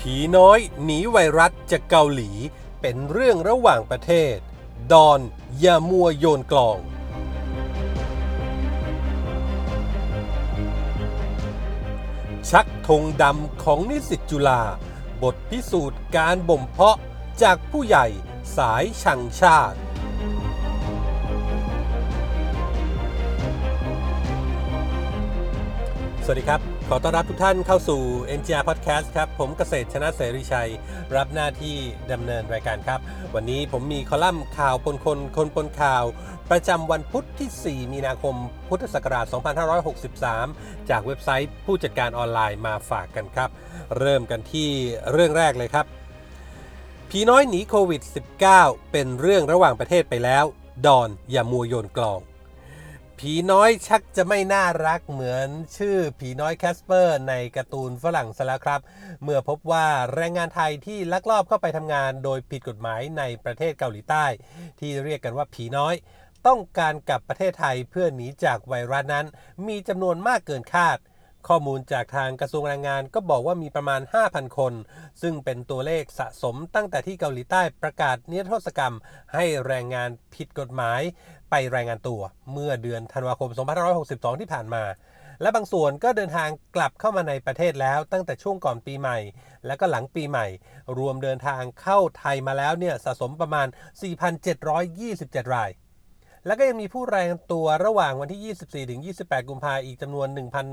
ผีน้อยหนีไวรัสจากเกาหลีเป็นเรื่องระหว่างประเทศดอนอย่ามัวโยนกลองชักธงดำของนิสิตจุฬาบทพิสูจน์การบ่มเพาะจากผู้ใหญ่สายชังชาติสวัสดีครับขอต้อนรับทุกท่านเข้าสู่ NGR Podcast ครับผมเกษตรชนะเสรีชัยรับหน้าที่ดำเนินรายการครับวันนี้ผมมีคอลัมน์ข่าวปนคนปนข่าวประจำวันพุธที่ 4 มีนาคมพุทธศักราช 2563 จากเว็บไซต์ผู้จัดการออนไลน์มาฝากกันครับเริ่มกันที่เรื่องแรกเลยครับผีน้อยหนีโควิด -19 เป็นเรื่องระหว่างประเทศไปแล้วดอนอย่ามัวโยนกลองผีน้อยชักจะไม่น่ารักเหมือนชื่อผีน้อยแคสเปอร์ในการ์ตูนฝรั่งซะแล้วครับเมื่อพบว่าแรงงานไทยที่ลักลอบเข้าไปทำงานโดยผิดกฎหมายในประเทศเกาหลีใต้ที่เรียกกันว่าผีน้อยต้องการกลับประเทศไทยเพื่อหนีจากไวรัสนั้นมีจำนวนมากเกินคาดข้อมูลจากทางกระทรวงแรงงานก็บอกว่ามีประมาณ 5,000 คนซึ่งเป็นตัวเลขสะสมตั้งแต่ที่เกาหลีใต้ประกาศนิรโทษกรรมให้แรงงานผิดกฎหมายไปรายงานตัวเมื่อเดือนธันวาคม 2562 ที่ผ่านมาและบางส่วนก็เดินทางกลับเข้ามาในประเทศแล้วตั้งแต่ช่วงก่อนปีใหม่และก็หลังปีใหม่รวมเดินทางเข้าไทยมาแล้วเนี่ยสะสมประมาณ 4,727 รายแล้วก็ยังมีผู้รายงานตัวระหว่างวันที่ 24 ถึง 28 กุมภาพันธ์อีกจำนวน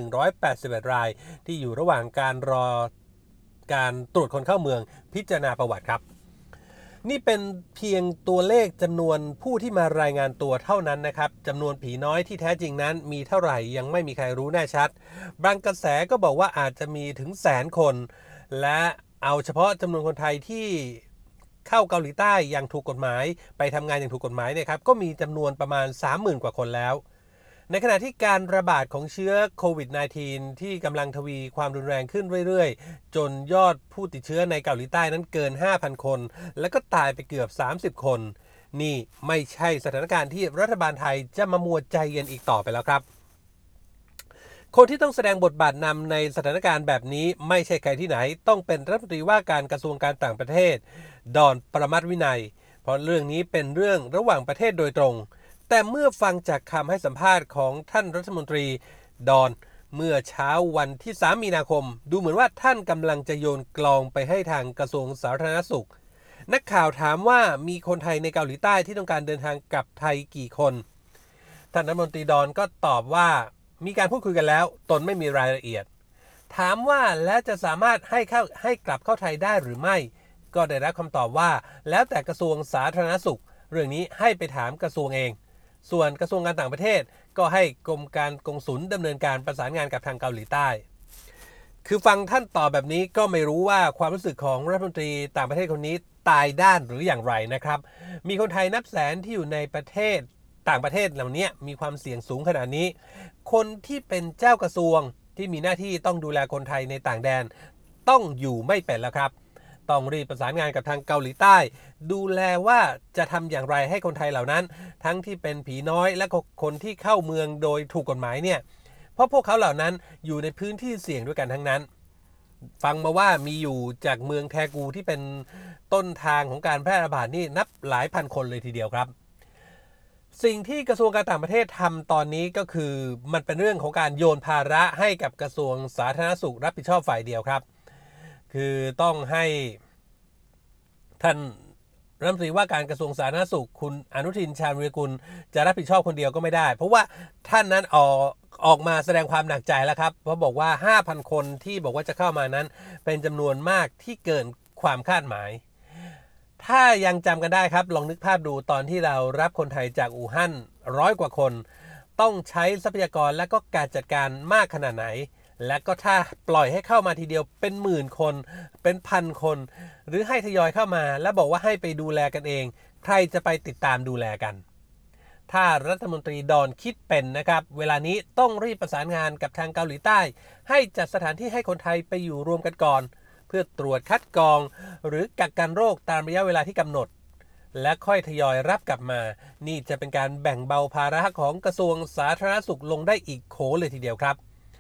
1,181 รายที่อยู่ระหว่างการรอการตรวจคนเข้าเมืองพิจารณาประวัติครับนี่เป็นเพียงตัวเลขจำนวนผู้ที่มารายงานตัวเท่านั้นนะครับจำนวนผีน้อยที่แท้จริงนั้นมีเท่าไหร่ยังไม่มีใครรู้แน่ชัดบางกระแสก็บอกว่าอาจจะมีถึงแสนคนและเอาเฉพาะจำนวนคนไทยที่เข้าเกาหลีใต้อย่างถูกกฎหมายไปทำงานอย่างถูกกฎหมายเนี่ยครับก็มีจำนวนประมาณ 30,000 กว่าคนแล้วในขณะที่การระบาดของเชื้อโควิด -19 ที่กำลังทวีความรุนแรงขึ้นเรื่อยๆจนยอดผู้ติดเชื้อในเกาหลีใต้นั้นเกิน 5,000 คนแล้วก็ตายไปเกือบ 30 คนนี่ไม่ใช่สถานการณ์ที่รัฐบาลไทยจะมามัวใจเย็นอีกต่อไปแล้วครับคนที่ต้องแสดงบทบาทนำในสถานการณ์แบบนี้ไม่ใช่ใครที่ไหนต้องเป็นรัฐมนตรีว่าการกระทรวงการต่างประเทศดอนปรมัตถ์วินัยเพราะเรื่องนี้เป็นเรื่องระหว่างประเทศโดยตรงแต่เมื่อฟังจากคำให้สัมภาษณ์ของท่านรัฐมนตรีดอนเมื่อเช้าวันที่ 3 มีนาคมดูเหมือนว่าท่านกำลังจะโยนกลองไปให้ทางกระทรวงสาธารณสุขนักข่าวถามว่ามีคนไทยในเกาหลีใต้ที่ต้องการเดินทางกลับไทยกี่คนท่านรัฐมนตรีดอนก็ตอบว่ามีการพูดคุยกันแล้วตนไม่มีรายละเอียดถามว่าแล้วจะสามารถให้กลับเข้าไทยได้หรือไม่ก็ได้รับคำตอบว่าแล้วแต่กระทรวงสาธารณสุขเรื่องนี้ให้ไปถามกระทรวงเองส่วนกระทรวงการต่างประเทศก็ให้กรมการกงสุลดำเนินการประสานงานกับทางเกาหลีใต้คือฟังท่านตอบแบบนี้ก็ไม่รู้ว่าความรู้สึกของรัฐมนตรีต่างประเทศคนนี้ตายด้านหรืออย่างไรนะครับมีคนไทยนับแสนที่อยู่ในประเทศต่างประเทศเหล่านี้มีความเสี่ยงสูงขนาดนี้คนที่เป็นเจ้ากระทรวงที่มีหน้าที่ต้องดูแลคนไทยในต่างแดนต้องอยู่ไม่เป็นแล้วครับต้องรีบประสานงานกับทางเกาหลีใต้ดูแลว่าจะทำอย่างไรให้คนไทยเหล่านั้นทั้งที่เป็นผีน้อยและคนที่เข้าเมืองโดยถูกกฎหมายเนี่ยเพราะพวกเขาเหล่านั้นอยู่ในพื้นที่เสี่ยงด้วยกันทั้งนั้นฟังมาว่ามีอยู่จากเมืองแทกูที่เป็นต้นทางของการแพร่ระบาดนี่นับหลายพันคนเลยทีเดียวครับสิ่งที่กระทรวงการต่างประเทศทำตอนนี้ก็คือมันเป็นเรื่องของการโยนภาระให้กับกระทรวงสาธารณสุขรับผิดชอบฝ่ายเดียวครับคือต้องให้ท่านรัฐมนตรีว่าการกระทรวงสาธารณสุขคุณอนุทินชาญวีรกุลจะรับผิดชอบคนเดียวก็ไม่ได้เพราะว่าท่านนั้นออกมาแสดงความหนักใจแล้วครับเพราะบอกว่า 5,000 คนที่บอกว่าจะเข้ามานั้นเป็นจำนวนมากที่เกินความคาดหมายถ้ายังจำกันได้ครับลองนึกภาพดูตอนที่เรารับคนไทยจากอู่ฮั่น100 กว่าคนต้องใช้ทรัพยากรและก็การจัดการมากขนาดไหนและก็ถ้าปล่อยให้เข้ามาทีเดียวเป็นหมื่นคนเป็นพันคนหรือให้ทยอยเข้ามาแล้วบอกว่าให้ไปดูแลกันเองใครจะไปติดตามดูแลกันถ้ารัฐมนตรีดอนคิดเป็นนะครับเวลานี้ต้องรีบประสานงานกับทางเกาหลีใต้ให้จัดสถานที่ให้คนไทยไปอยู่รวมกันก่อนเพื่อตรวจคัดกรองหรือกักกันโรคตามระยะเวลาที่กำหนดและค่อยทยอยรับกลับมานี่จะเป็นการแบ่งเบาภาระของกระทรวงสาธารณสุขลงได้อีกโขเลยทีเดียวครับ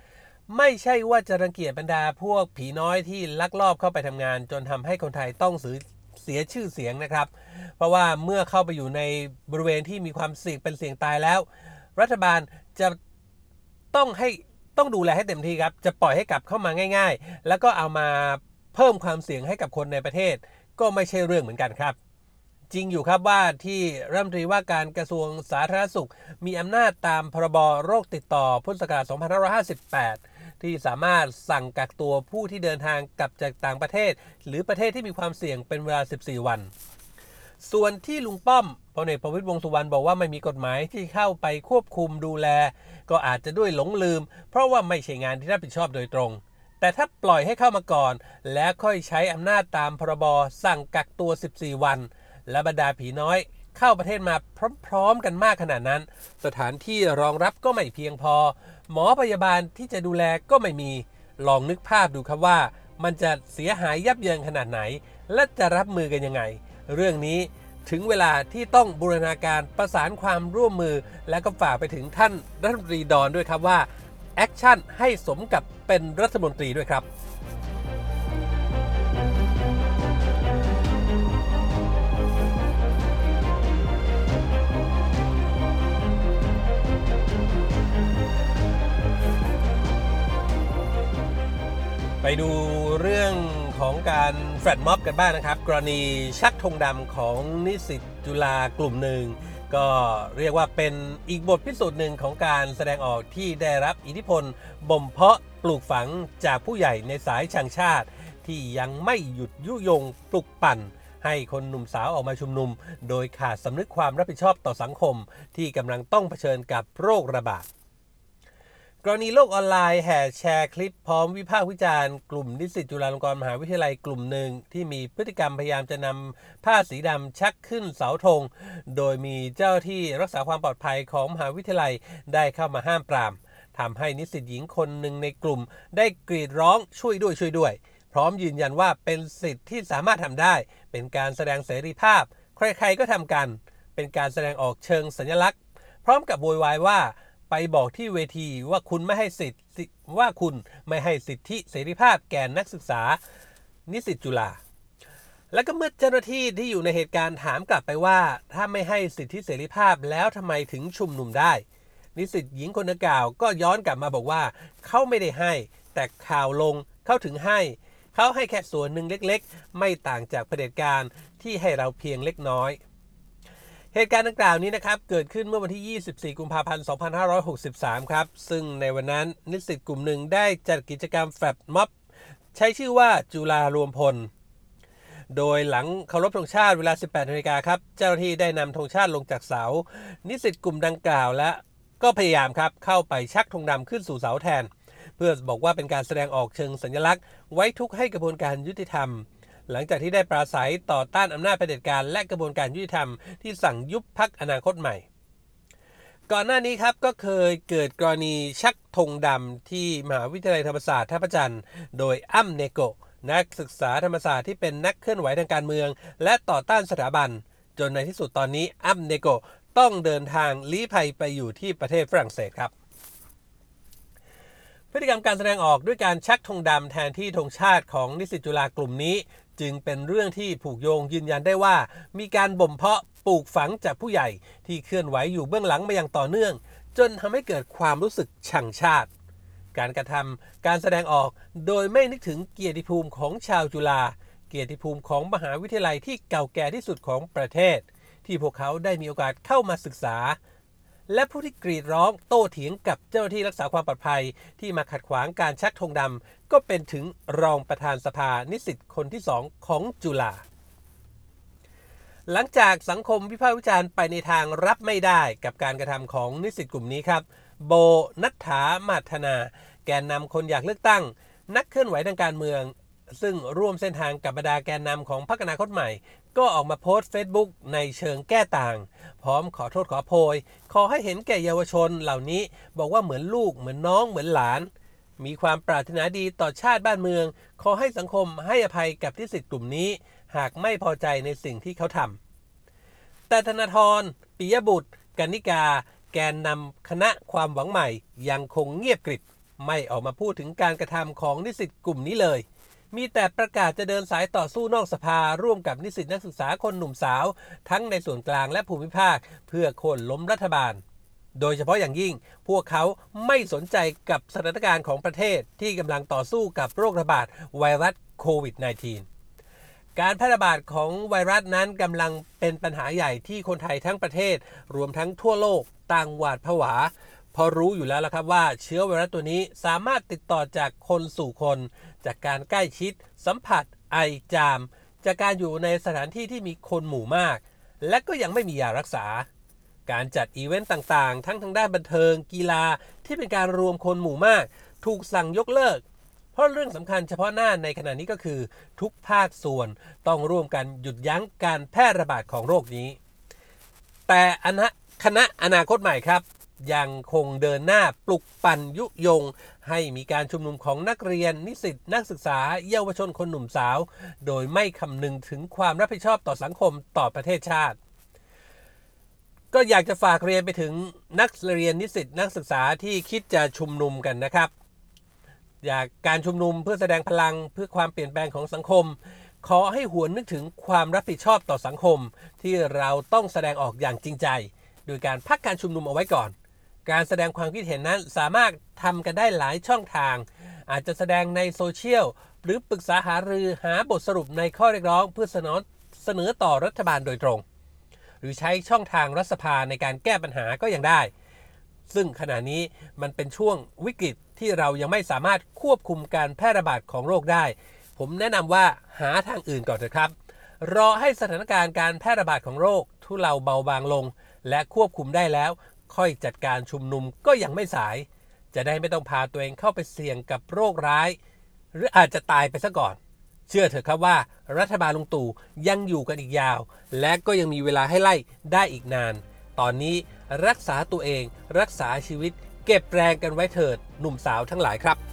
ไม่ใช่ว่าจะรังเกียจบรรดาพวกผีน้อยที่ลักลอบเข้าไปทำงานจนทำให้คนไทยต้องเสียชื่อเสียงนะครับเพราะว่าเมื่อเข้าไปอยู่ในบริเวณที่มีความเสี่ยงเป็นเสี่ยงตายแล้วรัฐบาลจะต้องดูแลให้เต็มที่ครับจะปล่อยให้กลับเข้ามาง่ายๆแล้วก็เอามาเพิ่มความเสี่ยงให้กับคนในประเทศก็ไม่ใช่เรื่องเหมือนกันครับจริงอยู่ครับว่าที่รัฐมนตรีว่าการกระทรวงสาธารณสุขมีอำนาจตามพรบโรคติดต่อพุทธศักราช2558ที่สามารถสั่งกักตัวผู้ที่เดินทางกลับจากต่างประเทศหรือประเทศที่มีความเสี่ยงเป็นเวลา14 วันส่วนที่ลุงป้อมพลเอกประวิตรวงษ์สุวรรณบอกว่าไม่มีกฎหมายที่เข้าไปควบคุมดูแลก็อาจจะด้วยหลงลืมเพราะว่าไม่ใช่งานที่รับผิดชอบโดยตรงแต่ถ้าปล่อยให้เข้ามาก่อนแล้วค่อยใช้อำนาจตามพรบสั่งกักตัว14 วันและบรรดาผีน้อยเข้าประเทศมาพร้อมๆกันมากขนาดนั้นสถานที่รองรับก็ไม่เพียงพอหมอพยาบาลที่จะดูแลก็ไม่มีลองนึกภาพดูครับว่ามันจะเสียหายยับเยินขนาดไหนและจะรับมือกันยังไงเรื่องนี้ถึงเวลาที่ต้องบูรณาการประสานความร่วมมือและก็ฝากไปถึงท่านรัฐมนตรีดอนด้วยครับว่าแอคชั่นให้สมกับเป็นรัฐมนตรีด้วยครับไปดูเรื่องของการแฟลชม็อบกันบ้างนะครับกรณีชักธงดำของนิสิตจุฬากลุ่มหนึ่งก็เรียกว่าเป็นอีกบทพิสูจน์หนึ่งของการแสดงออกที่ได้รับอิทธิพลบ่มเพาะปลูกฝังจากผู้ใหญ่ในสายชังชาติที่ยังไม่หยุดยุยงปลุกปั่นให้คนหนุ่มสาวออกมาชุมนุมโดยขาดสำนึกความรับผิดชอบต่อสังคมที่กำลังต้องเผชิญกับโรคระบาดกรณีโลกออนไลน์แห่แชร์คลิปพร้อมวิพากษ์วิจารณ์กลุ่มนิสิตจุฬาลงกรณ์มหาวิทยาลัยกลุ่มหนึ่งที่มีพฤติกรรมพยายามจะนำผ้าสีดำชักขึ้นเสาธงโดยมีเจ้าที่รักษาความปลอดภัยของมหาวิทยาลัยได้เข้ามาห้ามปรามทำให้นิสิตหญิงคนหนึ่งในกลุ่มได้กรีดร้องช่วยด้วยพร้อมยืนยันว่าเป็นสิทธิ์ที่สามารถทำได้เป็นการแสดงเสรีภาพใครๆก็ทำกันเป็นการแสดงออกเชิงสัญลักษณ์พร้อมกับโวยวายว่าไปบอกที่เวทีว่าคุณไม่ให้สิทธิเสรีภาพแก่นักศึกษานิสิตจุฬาและก็เมื่อเจ้าหน้าที่ที่อยู่ในเหตุการณ์ถามกลับไปว่าถ้าไม่ให้สิทธิเสรีภาพแล้วทำไมถึงชุมนุมได้นิสิตหญิงคนดังกล่าวก็ย้อนกลับมาบอกว่าเขาไม่ได้ให้แต่ข่าวลงเขาถึงให้เขาให้แค่ส่วนหนึ่งเล็กๆไม่ต่างจากเผด็จการที่ให้เราเพียงเล็กน้อยเหตุการณ์ดังกล่าวนี้นะครับเกิดขึ้นเมื่อวันที่ 24 กุมภาพันธ์ 2563 ครับซึ่งในวันนั้นนิสิตกลุ่มหนึ่งได้จัดกิจกรรมแฟลชม็อบใช้ชื่อว่าจุฬารวมพลโดยหลังเคารพธงชาติเวลา 18 นาฬิกาครับเจ้าหน้าที่ได้นำธงชาติลงจากเสานิสิตกลุ่มดังกล่าวและก็พยายามครับเข้าไปชักธงดำขึ้นสู่เสาแทนเพื่อบอกว่าเป็นการแสดงออกเชิงสัญลักษณ์ไว้ทุกข์ให้กระบวนการยุติธรรมหลังจากที่ได้ปราศัยต่อต้านอำนาจเผด็จการและกระบวนการยุติธรรมที่สั่งยุบพรรคอนาคตใหม่ก่อนหน้านี้ครับก็เคยเกิดกรณีชักธงดำที่มหาวิทยาลัยธรรมศาสตร์ท่าพระจันทร์โดยอ้ำเนโกะนักศึกษาธรรมศาสตร์ที่เป็นนักเคลื่อนไหวทางการเมืองและต่อต้านสถาบันจนในที่สุดตอนนี้อ้ำเนโกะต้องเดินทางลี้ภัยไปอยู่ที่ประเทศฝรั่งเศสครับพฤติกรรมการแสดงออกด้วยการชักธงดำแทนที่ธงชาติของนิสิตจุฬากลุ่มนี้จึงเป็นเรื่องที่ผูกโยงยืนยันได้ว่ามีการบ่มเพาะปลูกฝังจากผู้ใหญ่ที่เคลื่อนไหวอยู่เบื้องหลังมาอย่างต่อเนื่องจนทำให้เกิดความรู้สึกชังชาติการกระทำการแสดงออกโดยไม่นึกถึงเกียรติภูมิของชาวจุฬาเกียรติภูมิของมหาวิทยาลัยที่เก่าแก่ที่สุดของประเทศที่พวกเขาได้มีโอกาสเข้ามาศึกษาและผู้ที่กรีดร้องโต้เถียงกับเจ้าหน้าที่รักษาความปลอดภัยที่มาขัดขวางการชักธงดำก็เป็นถึงรองประธานสภานิสิตคนที่2ของจุฬาหลังจากสังคมวิพากษ์วิจารณ์ไปในทางรับไม่ได้กับการกระทำของนิสิตกลุ่มนี้ครับโบนัฐฐามาธนาแกนนำคนอยากเลือกตั้งนักเคลื่อนไหวทางการเมืองซึ่งร่วมเส้นทางกับบรรดาแกนนำของพรรคอนาคตใหม่ก็ออกมาโพสต์ Facebook ในเชิงแก้ต่างพร้อมขอโทษขอโพยขอให้เห็นแก่เยาวชนเหล่านี้บอกว่าเหมือนลูกเหมือนน้องเหมือนหลานมีความปรารถนาดีต่อชาติบ้านเมืองขอให้สังคมให้อภัยกับนิสิตกลุ่มนี้หากไม่พอใจในสิ่งที่เขาทำแต่ธนาธรปิยบุตรกนิกาแกนนำคณะความหวังใหม่ยังคงเงียบกริบไม่ออกมาพูดถึงการกระทำของนิสิตกลุ่มนี้เลยมีแต่ประกาศจะเดินสายต่อสู้นอกสภาร่วมกับนิสิตนักศึกษาคนหนุ่มสาวทั้งในส่วนกลางและภูมิภาคเพื่อโค่นล้มรัฐบาลโดยเฉพาะอย่างยิ่งพวกเขาไม่สนใจกับสถานการณ์ของประเทศที่กำลังต่อสู้กับโรคระบาดไวรัสโควิด -19 การแพร่ระบาดของไวรัสนั้นกำลังเป็นปัญหาใหญ่ที่คนไทยทั้งประเทศรวมทั้งทั่วโลกต่างหวาดผวาพอรู้อยู่แล้วครับว่าเชื้อไวรัสตัวนี้สามารถติดต่อจากคนสู่คนจากการใกล้ชิดสัมผัสไอจามจากการอยู่ในสถานที่ที่มีคนหมู่มากและก็ยังไม่มียารักษาการจัดอีเวนต์ต่างๆทั้งทางด้านบันเทิงกีฬาที่เป็นการรวมคนหมู่มากถูกสั่งยกเลิกเพราะเรื่องสำคัญเฉพาะหน้าในขณะนี้ก็คือทุกภาคส่วนต้องร่วมกันหยุดยั้งการแพร่ระบาดของโรคนี้แต่คณะอนาคตใหม่ครับยังคงเดินหน้าปลุกปั่นยุยงให้มีการชุมนุมของนักเรียนนิสิตนักศึกษาเยาวชนคนหนุ่มสาวโดยไม่คำนึงถึงความรับผิดชอบต่อสังคมต่อประเทศชาติก็อยากจะฝากเรียนไปถึงนักเรียนนิสิตนักศึกษาที่คิดจะชุมนุมกันนะครับอยากการชุมนุมเพื่อแสดงพลังเพื่อความเปลี่ยนแปลงของสังคมขอให้หวนนึกถึงความรับผิดชอบต่อสังคมที่เราต้องแสดงออกอย่างจริงใจโดยการพักการชุมนุมเอาไว้ก่อนการแสดงความคิดเห็นนั้นสามารถทำกันได้หลายช่องทางอาจจะแสดงในโซเชียลหรือปรึกษาหารือหาบทสรุปในข้อเรียกร้องเพื่อเสนอต่อรัฐบาลโดยตรงหรือใช้ช่องทางรัฐสภาในการแก้ปัญหาก็ยังได้ซึ่งขณะนี้มันเป็นช่วงวิกฤตที่เรายังไม่สามารถควบคุมการแพร่ระบาดของโรคได้ผมแนะนำว่าหาทางอื่นก่อนเถอะครับรอให้สถานการณ์การแพร่ระบาดของโรคทุเลาเบาบางลงและควบคุมได้แล้วค่อยจัดการชุมนุมก็ยังไม่สายจะได้ไม่ต้องพาตัวเองเข้าไปเสี่ยงกับโรคร้ายหรืออาจจะตายไปซะก่อนเชื่อเถอะครับว่ารัฐบาลลุงตู่ยังอยู่กันอีกยาวและก็ยังมีเวลาให้ไล่ได้อีกนานตอนนี้รักษาตัวเองรักษาชีวิตเก็บแรงกันไว้เถิดหนุ่มสาวทั้งหลายครับ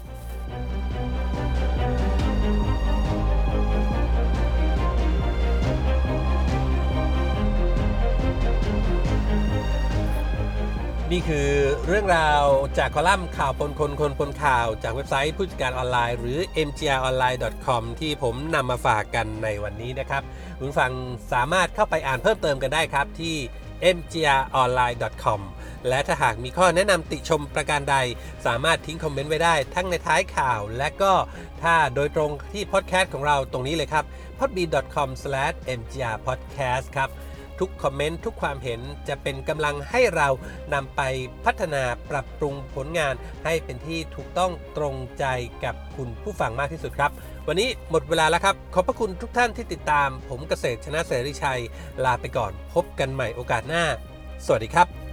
นี่คือเรื่องราวจากคอลัมน์ข่าวปนคนข่าวจากเว็บไซต์ผู้จัดการออนไลน์หรือ mgronline.com ที่ผมนำมาฝากกันในวันนี้นะครับคุณฟังสามารถเข้าไปอ่านเพิ่มเติมกันได้ครับที่ mgronline.com และถ้าหากมีข้อแนะนำติชมประการใดสามารถทิ้งคอมเมนต์ไว้ได้ทั้งในท้ายข่าวและก็ถ้าโดยตรงที่พอดแคสต์ของเราตรงนี้เลยครับ podbean.com/mgrpodcast ครับทุกคอมเมนต์ทุกความเห็นจะเป็นกำลังให้เรานำไปพัฒนาปรับปรุงผลงานให้เป็นที่ถูกต้องตรงใจกับคุณผู้ฟังมากที่สุดครับวันนี้หมดเวลาแล้วครับขอบพระคุณทุกท่านที่ติดตามผมเกษตรชนะเสรีชัยลาไปก่อนพบกันใหม่โอกาสหน้าสวัสดีครับ